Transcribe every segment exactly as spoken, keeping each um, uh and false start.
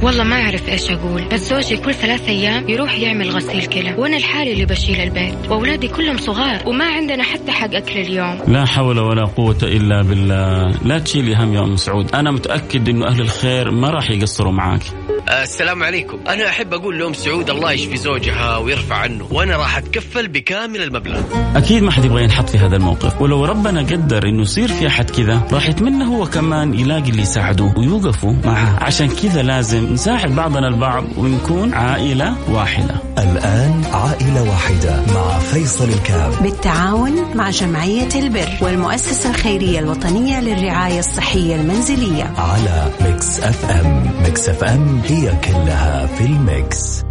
والله ما أعرف إيش أقول، بس زوجي كل ثلاث أيام يروح يعمل غسيل كلى، وأنا الحالي اللي بشيل البيت، وأولادي كلهم صغار، وما عندنا حتى حق أكل اليوم. لا حول ولا قوة إلا بالله. لا تشيلي هم يا أم سعود، أنا متأكد إنه أهل الخير ما راح يقصروا معاك. السلام عليكم. أنا أحب أقول لأم سعود الله يشفي زوجها ويرفع عنه، وأنا راح أتكفل بكامل المبلغ. أكيد ما حد يبغى ينحط في هذا الموقف، ولو ربنا قدر إنه يصير في أحد كذا راح يتمنى هو كمان يلاقي اللي يساعده ويوقفوا معه. عشان كذا لازم نساعد بعضنا البعض ونكون عائلة واحدة. الآن عائلة واحدة مع فيصل الكاف بالتعاون مع جمعية البر والمؤسسة الخيرية الوطنية للرعاية الصحية المنزلية على ميكس اف ام. ميكس اف ام هي كلها في الميكس.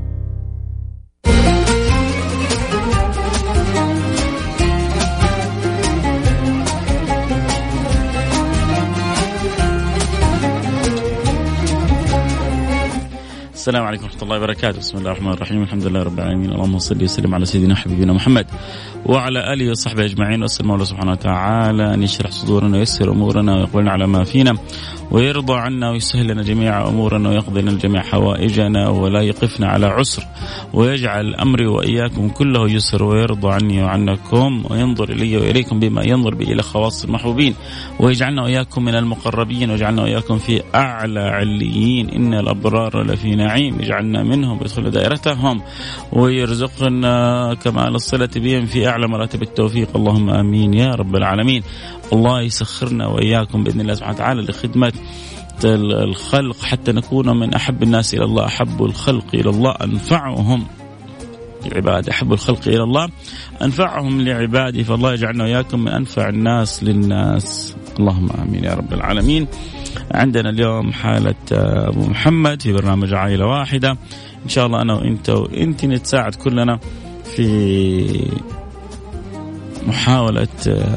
السلام عليكم ورحمة الله وبركاته. بسم الله الرحمن الرحيم. الحمد لله رب العالمين. اللهم صل وسلم على سيدنا حبيبنا محمد وعلى آله وصحبه أجمعين. وأسأل الله سبحانه وتعالى أن يشرح صدورنا وييسر أمورنا ويقبلنا على ما فينا ويرضى عنا ويسهل لنا جميع أمورنا ويقضي لنا جميع حوائجنا ولا يقفنا على عسر ويجعل أمري وإياكم كله يسر ويرضى عني وعنكم وينظر إلي وإليكم بما ينظر به إلى خواص المحبوبين ويجعلنا وإياكم من المقربين ويجعلنا وإياكم في أعلى عليين. إن الأبرار لفي نعيم يجعلنا منهم ويدخل دائرتهم ويرزقنا كمال الصلة بهم في أعلى مراتب التوفيق. اللهم آمين يا رب العالمين. الله يسخرنا وإياكم بإذن الله سبحانه وتعالى لخدمة الخلق حتى نكون من أحب الناس إلى الله. أحب الخلق إلى الله أنفعهم لعباده. أحب الخلق إلى الله أنفعهم لعباده. فالله يجعلنا وإياكم من أنفع الناس للناس. اللهم آمين يا رب العالمين. عندنا اليوم حالة أبو محمد في برنامج عائلة واحدة. إن شاء الله أنا وإنت وإنت نتساعد كلنا في محاولة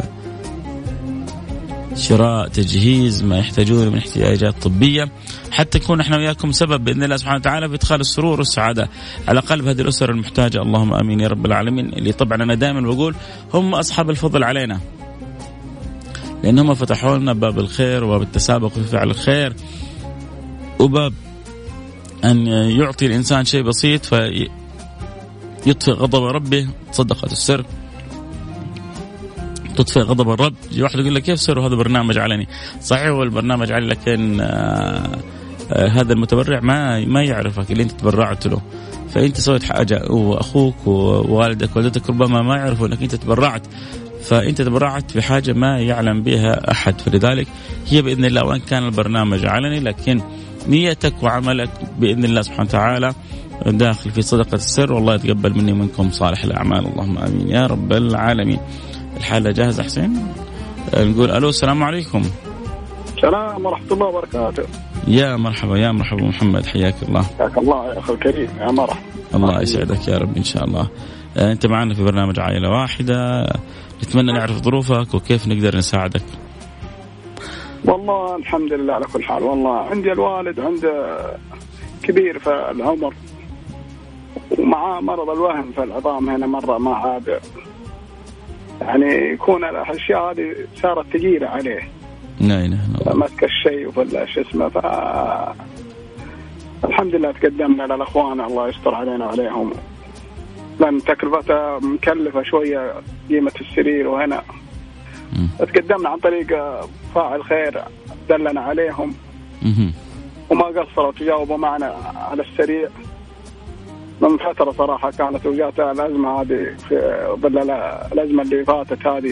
شراء تجهيز ما يحتاجون من احتياجات طبية حتى نكون احنا وياكم سبب بإذن الله سبحانه وتعالى في إدخال السرور والسعادة على قلب هذه الأسر المحتاجة. اللهم آمين يا رب العالمين. اللي طبعا أنا دائما بقول هم أصحاب الفضل علينا لأنهم فتحوا لنا باب الخير وباب التسابق في فعل الخير وباب أن يعطي الإنسان شيء بسيط فيطفئ غضب ربه. صدقة السر تطفئ غضب الرب. يجي واحد يقول لك كيف سر هذا برنامج علني؟ صحيح هو البرنامج علني لكن آآ آآ هذا المتبرع ما ما يعرفك اللي انت تبرعت له. فانت سويت حاجه واخوك ووالدك ووالدتك ربما ما يعرفوا انك انت تبرعت. فانت تبرعت في حاجه ما يعلم بها احد. فلذلك هي باذن الله وان كان البرنامج علني لكن نيتك وعملك باذن الله سبحانه وتعالى داخل في صدقه السر. والله يتقبل مني ومنكم صالح الاعمال. اللهم امين يا رب العالمين. الحالة جاهزة حسين؟ نقول ألو. السلام عليكم. السلام ورحمة الله وبركاته. يا مرحبا يا مرحبا محمد حياك الله. حياك الله يا أخي الكريم. يا مرحبا. الله يسعدك يا رب إن شاء الله. أنت معنا في برنامج عائلة واحدة. نتمنى نعرف ظروفك وكيف نقدر نساعدك. والله الحمد لله على كل حال. والله عندي الوالد عنده كبير في العمر ومعاه مرض الوهن في العظام هنا مرة ما عاد يعني يكون الأشياء هذه صارت ثقيلة عليه. لا إله إلا الله. ماسك الشيء ولا شو اسمه. ف الحمد لله تقدمنا للأخوان الله يستر علينا وعليهم لأن تكلفتها مكلفة شوية قيمة السرير وهنا م. تقدمنا عن طريق فاعل خير دلنا عليهم م. وما قصروا تجاوبوا معنا على السريع. من فترة صراحة كانت وجاتها الأزمة هذه في ظل الأزمة اللي فاتت هذه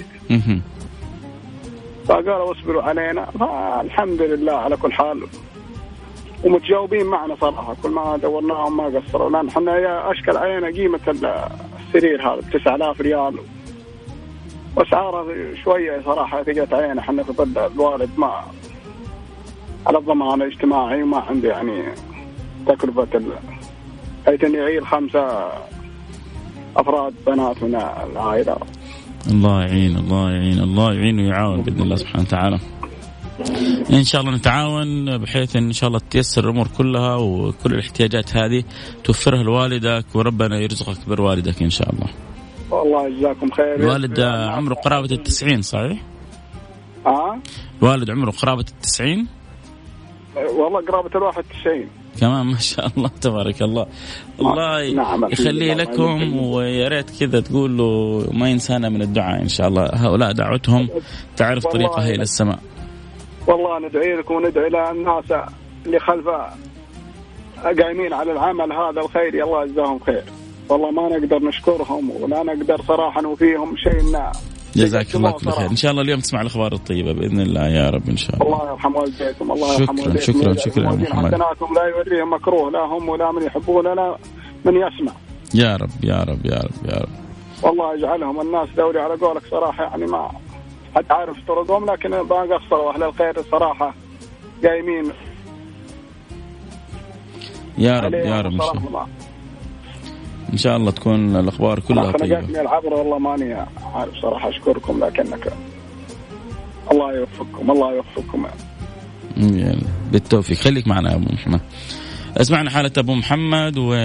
فقالوا اصبروا علينا. فالحمد لله على كل حال ومتجاوبين معنا صراحة. كل ما دورناهم ما قصروا لأن احنا أشكل علينا قيمة السرير هذا تسعة آلاف ريال وأسعاره شوية صراحة ثقت علينا. احنا في ظل الوالد ما على الضمان الاجتماعي وما عنده يعني تكلفة حيث أن يعيل خمسة أفراد بنات من العائلة. الله يعين الله يعين الله يعين ويعاون بإذن الله سبحانه وتعالى. إن شاء الله نتعاون بحيث إن شاء الله تيسر الأمور كلها وكل الاحتياجات هذه توفرها لوالدك وربنا يرزقك بوالدك إن شاء الله. والله جزاكم خير. الوالد عمره قرابة التسعين صحيح؟ آه. الوالد عمره قرابة التسعين. والله قرابة الواحد وتسعين كمان ما شاء الله تبارك الله. الله نعم يخليه لكم، ويا ريت كذا تقول له ما ينسانا من الدعاء إن شاء الله. هؤلاء دعوتهم تعرف طريقها إلى السماء. والله ندعي لكم وندعي للناس اللي خلف قايمين على العمل هذا الخيري، الله يجزاهم خير. والله ما نقدر نشكرهم ولا نقدر صراحة نوفيهم شيء. جزاك الله كل خير. إن شاء الله اليوم تسمع الأخبار الطيبة بإذن الله يا رب إن شاء الله. الله يرحم والديكم. الله يرحم والديكم. شكرا شكرا يا محمد. حسناتهم لا يوريهم مكروه، لا هم ولا من يحبون ولا من يسمع. يا رب يا رب يا رب يا رب. والله يجعلهم الناس دوري على قولك صراحة، يعني ما حد عارف طرقهم، لكن ما قصروا أهل الخير الصراحة قايمين. يا رب يا رب إن شاء الله. إن شاء الله تكون الأخبار كلها طيبة. أنا العبر والله ماني عارف صراحة أشكركم، لكنك الله يوفقكم الله يوفقكم بالتوفيق. خليك معنا يا أبو محمد. اسمعنا حالة أبو محمد، و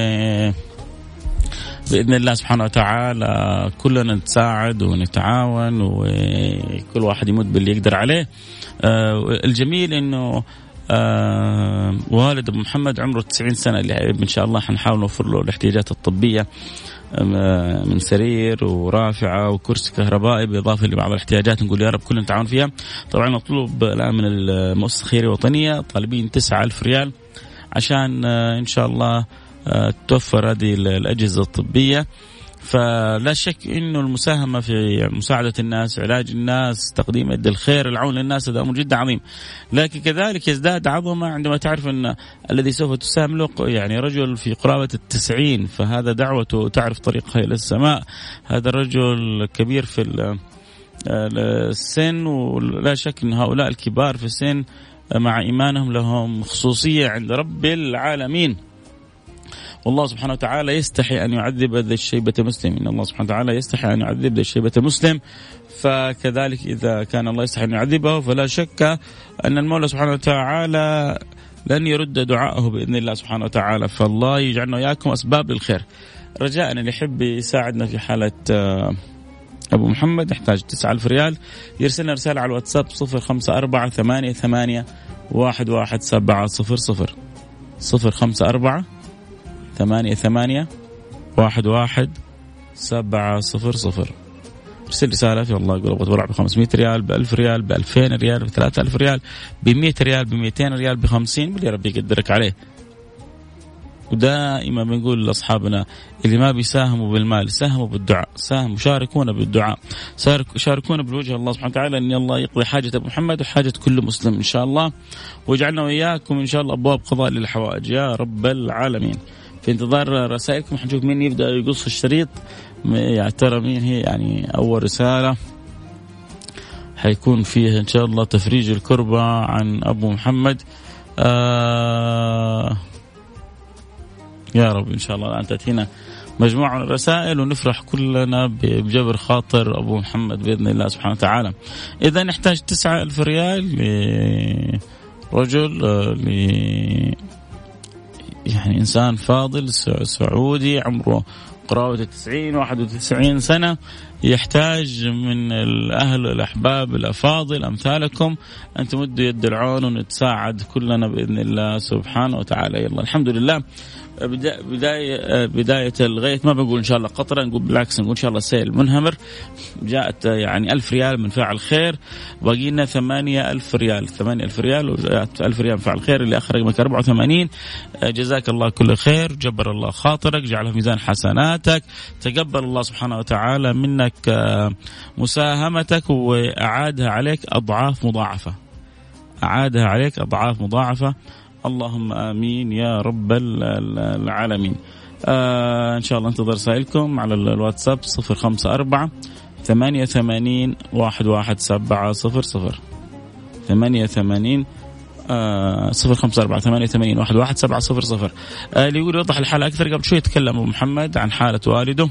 بإذن الله سبحانه وتعالى كلنا نتساعد ونتعاون وكل واحد يمد باللي يقدر عليه. الجميل إنه آه والد أبو محمد عمره تسعين سنة، اللي إن شاء الله حنحاول نوفر له الاحتياجات الطبية آه من سرير ورافعة وكرسي كهربائي، بالإضافة لبعض الاحتياجات نقول يا رب كلنا نتعاون فيها. طبعا مطلوب الآن من المؤسسة الخيرية الوطنية طالبين تسعة ألف ريال عشان آه إن شاء الله آه توفر هذه الأجهزة الطبية. فلا شك إنه المساهمة في مساعدة الناس، علاج الناس، تقديم يد الخير، العون للناس، هذا أمر جدا عظيم. لكن كذلك يزداد عظمة عندما تعرف أن الذي سوف تساهم له يعني رجل في قرابة التسعين، فهذا دعوته تعرف طريقها إلى السماء. هذا الرجل كبير في السن، ولا شك أن هؤلاء الكبار في السن مع إيمانهم لهم خصوصية عند رب العالمين. والله سبحانه وتعالى يستحي أن يعذب ذا الشيبة مسلم، إن الله سبحانه وتعالى يستحي أن يعذب ذا الشيبة مسلم. فكذلك إذا كان الله يستحي أن يعذبه، فلا شك أن المولى سبحانه وتعالى لن يرد دعاءه بإذن الله سبحانه وتعالى. فالله يجعلنا وإياكم أسباب للخير. رجاء اللي يحب يساعدنا في حالة أبو محمد يحتاج تسعة ألف ريال، يرسلنا رسالة على الواتساب صفر خمسة أربعة ثمانية ثمانية واحد واحد سبعة صفر صفر صفر خمسة أربعة ثمانية ثمانية واحد واحد سبعة صفر صفر. ارسل رسالة في الله يقول أبغى ب خمسمية ريال، بألف ريال، بألفين ريال، بثلاثة ألف ريال، بمية ريال، بميتين ريال، بخمسين، باللي ربي يقدرك عليه. ودائما بنقول لأصحابنا اللي ما بيساهموا بالمال ساهموا بالدعاء، ساهموا شاركونا بالدعاء، شاركونا بالوجه الله سبحانه وتعالى أن الله يقضي حاجة أبو محمد وحاجة كل مسلم إن شاء الله، ويجعلنا وإياكم إن شاء الله أبواب قضاء للحوائج يا رب العالمين. في انتظار رسائلكم، حنشوف مين يبدأ يقص الشريط. يا ترى مين هي؟ يعني أول رسالة حيكون فيها إن شاء الله تفريج الكربة عن أبو محمد. آه يا رب إن شاء الله الآن تأتينا مجموعة من الرسائل ونفرح كلنا بجبر خاطر أبو محمد بإذن الله سبحانه وتعالى. إذا نحتاج تسعة ألف ريال لرجل ل يعني إنسان فاضل سعودي عمره قرابة التسعين واحد وتسعين سنة، يحتاج من الأهل الأحباب الأفاضل أمثالكم أن تمدوا يد العون ونتساعد كلنا بإذن الله سبحانه وتعالى. يلا الحمد لله. بداية بداية الغيث ما بنقول إن شاء الله قطرة، نقول بالعكس نقول إن شاء الله سيل منهمر. جاءت يعني ألف ريال من فاعل خير، باقي لنا ثمانية ألف ريال، ثمانية ألف ريال وجاءت ألف ريال من فاعل خير اللي أخرج رقمك أربعة وثمانين. جزاك الله كل خير، جبر الله خاطرك، جعله في ميزان حسناتك، تقبل الله سبحانه وتعالى منك مساهمتك وأعادها عليك أضعاف مضاعفة، أعادها عليك أضعاف مضاعفة. اللهم آمين يا رب العالمين. آه إن شاء الله انتظر رسائلكم على الواتساب صفر خمسة أربعة ثمانية ثمانين واحد واحد سبعة صفر صفر ثمانية ثمانين آه صفر خمسة أربعة ثمانية ثمانين واحد واحد سبعة صفر صفر. آه اللي يقول يوضح الحالة أكثر. قبل شوي يتكلم أبو محمد عن حالة والده.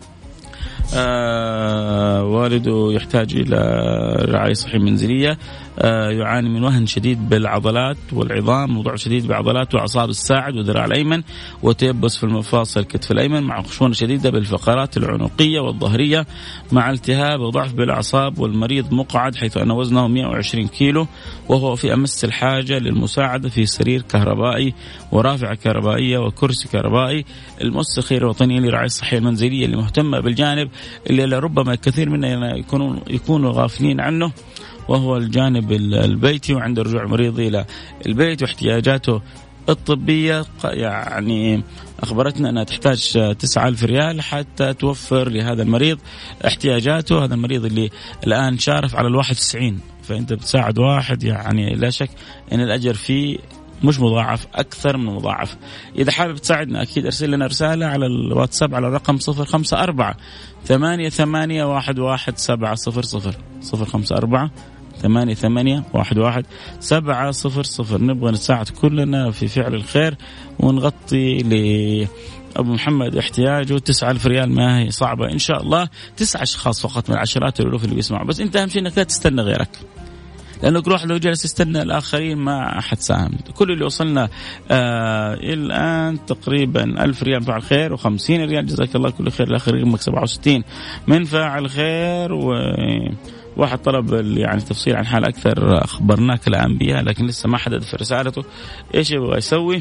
آه والده يحتاج إلى رعاية صحية منزلية. يعاني من وهن شديد بالعضلات والعظام، وضعف شديد بعضلات وأعصاب الساعد والذراع الأيمن، وتيبس في المفاصل الكتف الأيمن، مع خشونة شديدة بالفقرات العنقية والظهرية، مع التهاب وضعف بالأعصاب. والمريض مقعد حيث أن وزنه مئة وعشرين كيلو، وهو في أمس الحاجة للمساعدة في سرير كهربائي ورافعة كهربائية وكرسي كهربائي. المؤسسة الخيرية الوطنية للرعاية الصحية المنزلية اللي مهتمة بالجانب اللي لربما الكثير منا يكونوا يكونوا غافلين عنه، وهو الجانب البيتي. وعند رجوع المريض إلى البيت واحتياجاته الطبية، يعني أخبرتنا أنها تحتاج تسعة ألف ريال حتى توفر لهذا المريض احتياجاته. هذا المريض اللي الآن شارف على الواحد وتسعين، فأنت بتساعد واحد، يعني لا شك أن الأجر فيه مش مضاعف، أكثر من مضاعف. إذا حابب تساعدنا أكيد أرسل لنا رسالة على الواتساب على الرقم صفر خمسة أربعة ثمانية ثمانية واحد واحد سبعة صفر صفر صفر خمسة أربعة ثمانية ثمانية واحد واحد سبعة صفر صفر. نبغى نساعد كلنا في فعل الخير ونغطي لأبو محمد احتياجه. تسعة ألف ريال ما هي صعبة إن شاء الله، تسعة أشخاص فقط من عشرات الألوف اللي بيسمعوا، بس أنت أهم شيء إنك لا تستنى غيرك، لأنه كل واحد لو جلس يستنى الآخرين ما أحد ساهم. كل اللي وصلنا آه الآن تقريبا ألف ريال فاعل خير وخمسين ريال جزاك الله كل خير، الآخر يغمك سبعة وستين من فاعل خير. وواحد طلب يعني تفصيل عن حال أكثر أخبرناك الآن بها، لكن لسه ما حدد في رسالته إيش يبغى يسوي.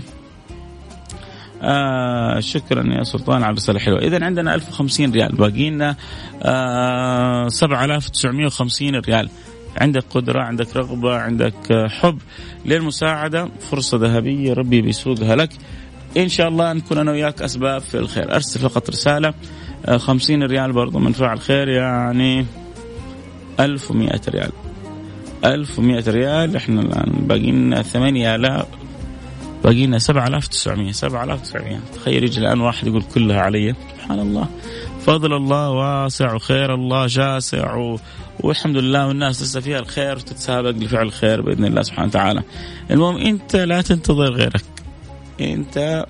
آه شكرا يا سلطان على الرسالة حلوة. إذن عندنا ألف وخمسين ريال، باقينا آه سبعة آلاف وتسعمائة وخمسين ريال. عندك قدرة، عندك رغبة، عندك حب للمساعدة، فرصة ذهبية ربي بيسوقها لك إن شاء الله. نكون أنا وياك أسباب في الخير. أرسل فقط رسالة. خمسين ريال برضو من فاعل خير، يعني ألف ومئة ريال. ألف ومئة ريال. إحنا الآن باقينا ثمانية آلاف، باقينا سبعة آلاف وتسعمائة. سبعة آلاف وتسعمائة. تخيل يجي الآن واحد يقول كلها علي. سبحان الله، فضل الله واسع وخير الله شاسع و... والحمد لله، والناس لسه فيها الخير وتتسابق لفعل الخير بإذن الله سبحانه وتعالى. المهم أنت لا تنتظر غيرك، أنت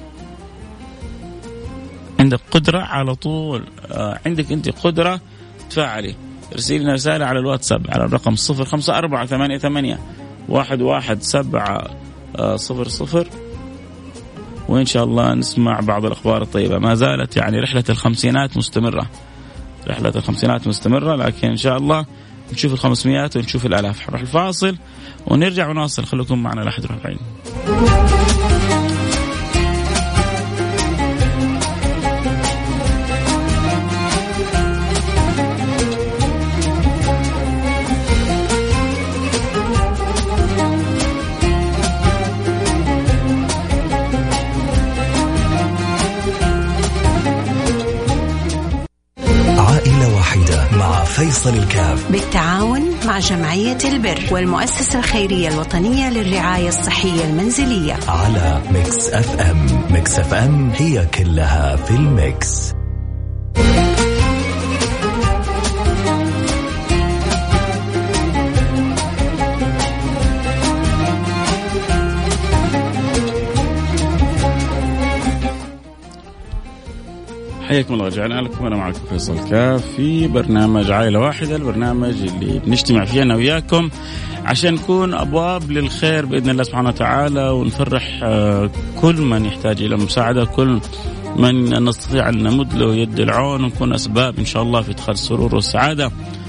عندك قدرة على طول، عندك أنت قدرة تفعلي. ارسل لنا رسالة على الواتساب على الرقم صفر خمسة أربعة ثمانية ثمانية واحد واحد سبعة صفر صفر، وإن شاء الله نسمع بعض الأخبار الطيبة. ما زالت يعني رحلة الخمسينات مستمرة، رحلة الخمسينات مستمرة، لكن إن شاء الله نشوف الخمسمائات ونشوف الآلاف. حنروح الفاصل ونرجع ونواصل، خليكم معنا لا أحد يروح بعيد. فيصل الكاف بالتعاون مع جمعية البر والمؤسسة الخيرية الوطنية للرعاية الصحية المنزلية على ميكس أف أم. ميكس أف أم هي كلها في الميكس. حياكم الله، رجعنا لكم. أنا معكم فيصل كاف في برنامج عائلة واحدة، البرنامج اللي بنجتمع فيه أنا وياكم عشان نكون أبواب للخير بإذن الله سبحانه وتعالى، ونفرح كل من يحتاج إلى مساعدة، كل من نستطيع أن نمد له يد العون، ونكون أسباب إن شاء الله في إدخال السرور والسعادة،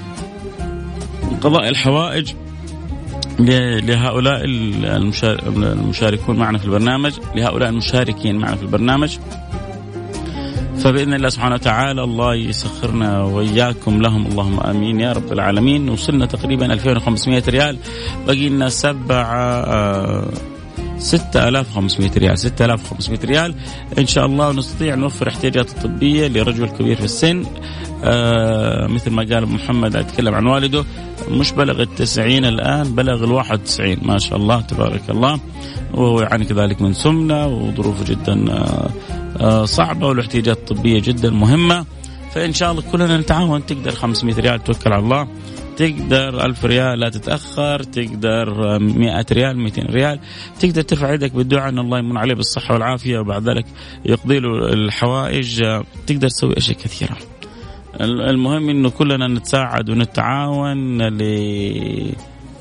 قضاء الحوائج لهؤلاء المشاركون معنا في البرنامج، لهؤلاء المشاركين معنا في البرنامج. فبإذن الله سبحانه وتعالى الله يسخرنا وإياكم لهم، اللهم آمين يا رب العالمين. وصلنا تقريبا ألفين وخمسمائة ريال، باقي لنا سبعة ستة آلاف وخمسمائة ريال. ستة آلاف وخمسمائة ريال إن شاء الله نستطيع نوفر احتياجات الطبية لرجل كبير في السن. آه مثل ما قال محمد أتكلم عن والده، مش بلغ التسعين الآن، بلغ الواحد وتسعين ما شاء الله تبارك الله، وهو يعني كذلك من سمنة وظروفه جدا آه آه صعبة، والاحتياجات الطبية جدا مهمة. فإن شاء الله كلنا نتعاون. تقدر خمسمائة ريال توكل على الله، تقدر ألف ريال لا تتأخر، تقدر مئة ريال مئتين ريال، تقدر ترفع يدك بالدعاء أن الله يمن عليه بالصحة والعافية وبعد ذلك يقضي له الحوائج. تقدر تسوي أشياء كثيرة. المهم إنه كلنا نتساعد ونتعاون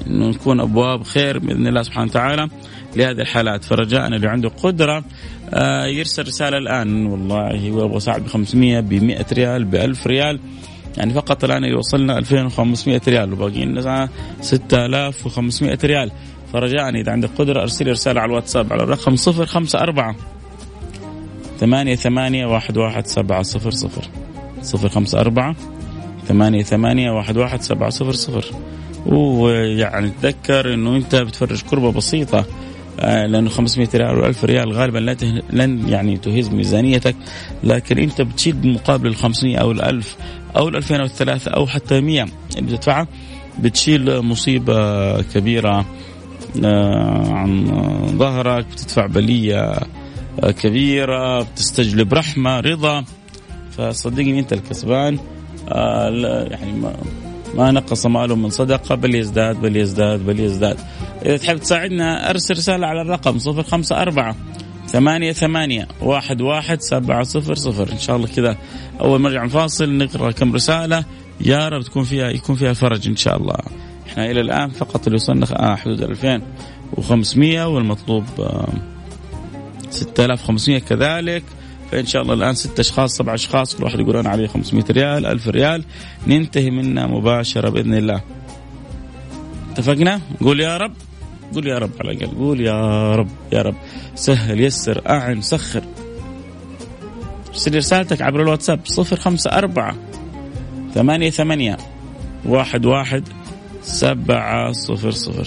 إنه نكون أبواب خير بإذن الله سبحانه وتعالى لهذه الحالات. فرجاءنا اللي عنده قدرة آه يرسل رسالة الآن، والله هو أبغى أساعد بخمسمية بمئة ريال بألف ريال، يعني فقط الآن يوصلنا ألفين وخمسمائة ريال وباقي لنا ستة آلاف وخمسمائة ريال. فرجاءً إذا عندك قدرة أرسل رسالة على الواتساب على الرقم صفر خمسة أربعة ثمانية ثمانية واحد واحد سبعة صفر صفر صفر خمسة أربعة ثمانية ثمانية واحد واحد سبعة صفر صفر. ويعني تذكر إنه أنت بتفرج كربة بسيطة، لأنه خمسمائة ريال وألف ريال غالبا لا لن يعني تهز ميزانيتك، لكن أنت بتشيد مقابل الخمسمائة أو الألف أو الألفين أو الثلاثة أو حتى مية اللي بتدفعها، بتشيل مصيبة كبيرة عن ظهرك، بتدفع بلية كبيرة، بتستجلب رحمة رضا. فصدقني أنت الكسبان، يعني ما ما نقص ماله من صدقة بل يزداد بل يزداد بل يزداد. إذا تحب تساعدنا أرسل رسالة على الرقم صفر خمسة أربعة ثمانية ثمانية واحد واحد سبعة صفر صفر. إن شاء الله كذا أول ما نرجع نفاصل نقرأ كم رسالة يا رب تكون فيها يكون فيها فرج إن شاء الله. إحنا إلى الآن فقط اللي وصلنا حدود ألفين وخمسمائة والمطلوب ستة آلاف وخمسمائة كذلك. فإن شاء الله الآن ستة أشخاص سبعة أشخاص كل واحد يقول أنا عليه خمسمائة ريال ألف ريال ننتهي منها مباشرة بإذن الله. اتفقنا؟ قول يا رب، قول يا رب على الأقل، قول يا رب يا رب سهل يسر أعن سخر. ارسل رسالتك عبر الواتساب صفر خمسة أربعة ثمانية ثمانية واحد واحد سبعة صفر صفر.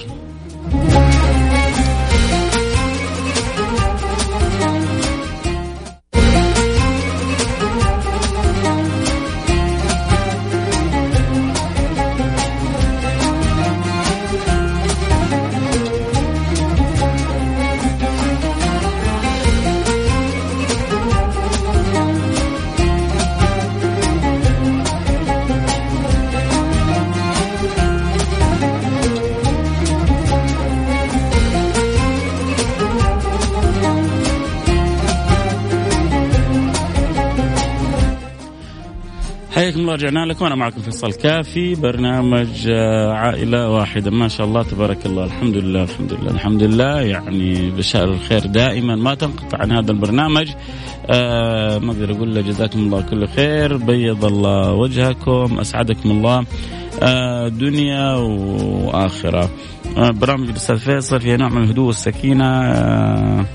حياكم الله، رجعنا لكم. أنا معكم فيصل كافي، برنامج عائلة واحدة. ما شاء الله تبارك الله، الحمد لله الحمد لله الحمد لله، يعني بشائر الخير دائما ما تنقطع عن هذا البرنامج. آه ما أقدر أقول له جزاكم الله كل خير، بيض الله وجهكم، أسعدكم الله آه دنيا وآخرة. آه برامج الأستاذ فيصل فيها نوع من الهدوء والسكينة. آه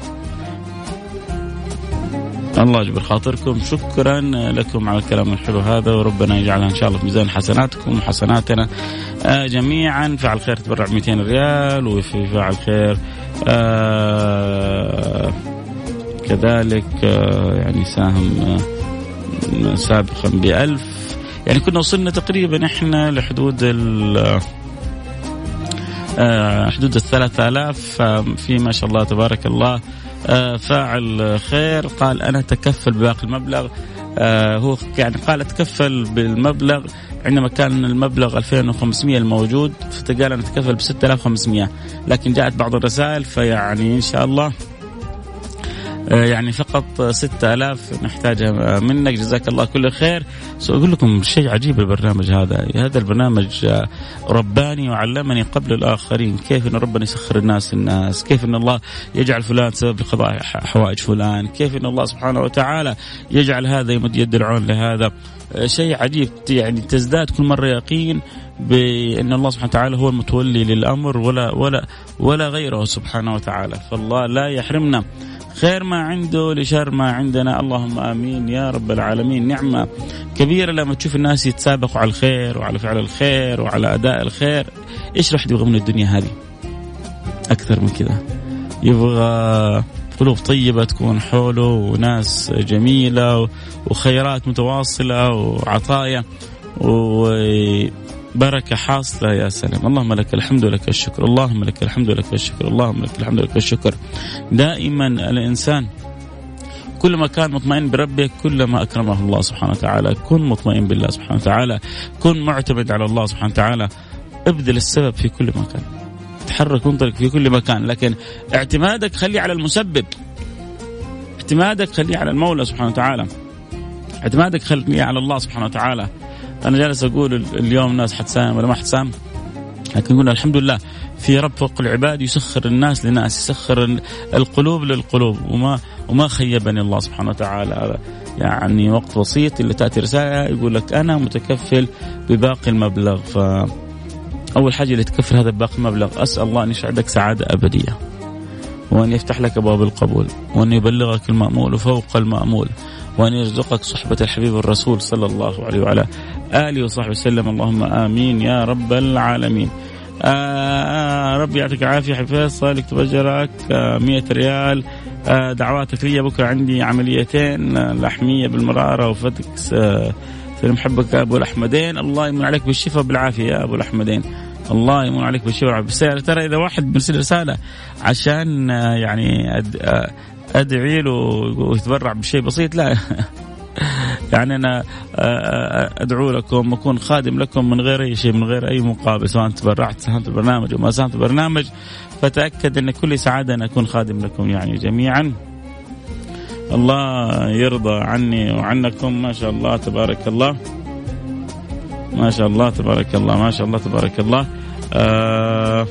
الله يجبر خاطركم، شكرا لكم على الكلام الحلو هذا، وربنا يجعلها إن شاء الله في ميزان حسناتكم وحسناتنا آه جميعا. فعل خير تبرع مئتين ريال، وفي فعل خير آه كذلك آه يعني ساهم آه سابقا بألف، يعني كنا وصلنا تقريبا احنا لحدود ال آه حدود الثلاثة آلاف. في ما شاء الله تبارك الله آه فاعل خير قال أنا أتكفل بباقي المبلغ. آه هو يعني قال أتكفل بالمبلغ عندما كان المبلغ ألفين وخمسمائة الموجود، فقال أنا أتكفل ب ستة آلاف وخمسمائة، لكن جاءت بعض الرسائل فيعني إن شاء الله آه يعني فقط ستة آلاف نحتاجها منك، جزاك الله كل خير. سأقول لكم شيء عجيب، البرنامج هذا هذا البرنامج رباني وعلمني قبل الآخرين كيف أن ربنا يسخر الناس الناس، كيف أن الله يجعل فلان سبب لقضاء حوائج فلان، كيف أن الله سبحانه وتعالى يجعل هذا يمد يد العون لهذا. شيء عجيب، يعني تزداد كل مرة يقين بأن الله سبحانه وتعالى هو المتولي للأمر ولا ولا ولا غيره سبحانه وتعالى. فالله لا يحرمنا خير ما عنده لشر ما عندنا، اللهم آمين يا رب العالمين. نعمة كبيرة لما تشوف الناس يتسابقوا على الخير وعلى فعل الخير وعلى أداء الخير. إيش راح يبغى من الدنيا هذه أكثر من كذا؟ يبغى قلوب طيبة تكون حوله، وناس جميلة وخيرات متواصلة وعطايا وبركة حاصلة. يا سلام، اللهم لك الحمد ولك الشكر، اللهم لك الحمد ولك الشكر، اللهم لك الحمد ولك الشكر. دائما الإنسان كلما كان مطمئن بربك كلما أكرمه الله سبحانه وتعالى. كن مطمئن بالله سبحانه وتعالى، كن معتمد على الله سبحانه وتعالى، ابذل السبب في كل مكان، تحرك وانطلق في كل مكان، لكن اعتمادك خليه على المسبب، اعتمادك خليه على المولى سبحانه وتعالى، اعتمادك خليه على الله سبحانه وتعالى. أنا جالس أقول اليوم الناس حتسام ولا ما حتسام، لكن قلنا الحمد لله في رب فوق العباد يسخر الناس لناس، يسخر القلوب للقلوب، وما وما خيبني الله سبحانه وتعالى. يعني وقت بسيط اللي تأتي رسالة يقول لك أنا متكفل بباقي المبلغ. فأول حاجة اللي تكفل هذا باقي المبلغ، أسأل الله أن يسعدك سعادة أبدية، وأن يفتح لك أبواب القبول، وأن يبلغك المأمول وفوق المأمول، وأن يرزقك صحبة الحبيب الرسول صلى الله عليه وعلى آله وصحبه وسلم. اللهم آمين يا رب العالمين. آه ربي يعطيك العافية حفيظ، لك تبجرك آه مئة ريال. آه دعواتك لي بكرة، عندي عمليتين آه لحمية بالمرارة وفتك آه سلم حبك يا أبو الأحمدين. الله يمن عليك بالشفاء بالعافية يا أبو الأحمدين، الله يمن عليك بالشفاء. بس ترى إذا واحد برسل رسالة عشان آه يعني أد آه أدعي له ويتبرع بشيء بسيط، لا يعني أنا أدعو لكم وأكون خادم لكم من غير أي شيء، من غير أي مقابل، سواء تبرعت ساهمت البرنامج وما ساهمت البرنامج، فتأكد أن كل سعادة أن أكون خادم لكم يعني جميعا. الله يرضى عني وعنكم. ما شاء الله تبارك الله، ما شاء الله تبارك الله، ما شاء الله تبارك الله. آه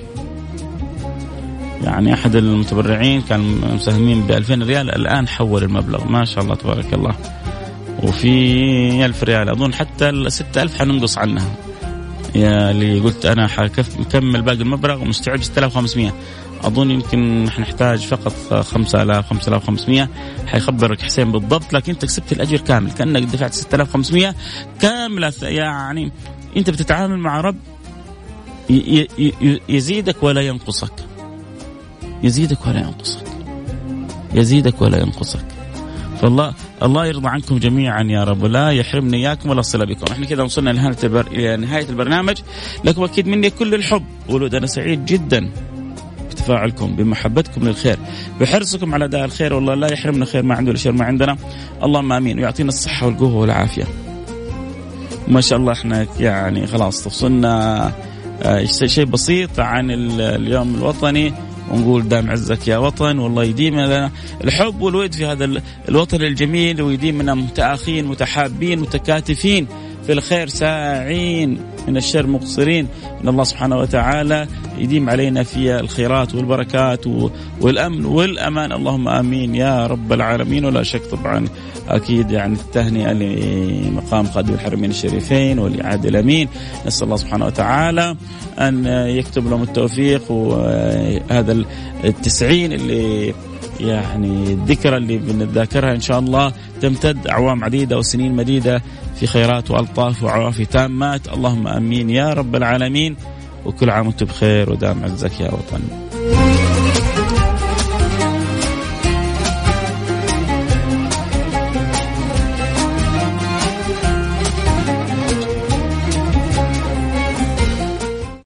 يعني أحد المتبرعين كان مساهمين بألفين ريال، الآن حول المبلغ ما شاء الله تبارك الله، وفي ألف ريال أظن حتى الستة ألف حننقص عنها. يا اللي قلت أنا حكف مكمل باقي المبلغ ومستعد ستة آلاف وخمسمائة، أظن يمكن نحتاج فقط خمسة آلاف خمسة آلاف وخمسمائة. حيخبرك حسين بالضبط، لكن أنت كسبت الأجر كامل، كأنك دفعت ستة آلاف وخمسمائة كاملة. يعني أنت بتتعامل مع رب يزيدك ولا ينقصك، يزيدك ولا ينقصك، يزيدك ولا ينقصك. فالله الله يرضى عنكم جميعا يا رب، لا يحرمني إياكم ولا صلة بكم. احنا كده وصلنا لنهاية البر... نهاية البرنامج. لكم أكيد مني كل الحب والود، أنا سعيد جدا بتفاعلكم، بمحبتكم للخير، بحرصكم على داء الخير. والله لا يحرمنا خير ما عنده الشر ما عندنا. اللهم آمين، ويعطينا الصحة والقوة والعافية. ما شاء الله احنا يعني خلاص تفصلنا شيء بسيط عن اليوم الوطني، ونقول دام عزك يا وطن، والله يديم لنا الحب والود في هذا الوطن الجميل، ويديمنا متآخين متحابين متكاتفين في الخير ساعين من الشر مقصرين. إن الله سبحانه وتعالى يديم علينا في الخيرات والبركات والأمن والأمان. اللهم آمين يا رب العالمين. ولا شك طبعا أكيد يعني التهنئة لمقام خادم الحرمين الشريفين ولعادل الأمين، نسأل الله سبحانه وتعالى أن يكتب لهم التوفيق. وهذا التسعين اللي يعني الذكرى اللي بنتذاكرها إن شاء الله تمتد أعوام عديدة وسنين مديدة في خيرات وألطاف وعوافي تامات. اللهم آمين يا رب العالمين. وكل عام وانتم بخير، ودام عزك يا وطن.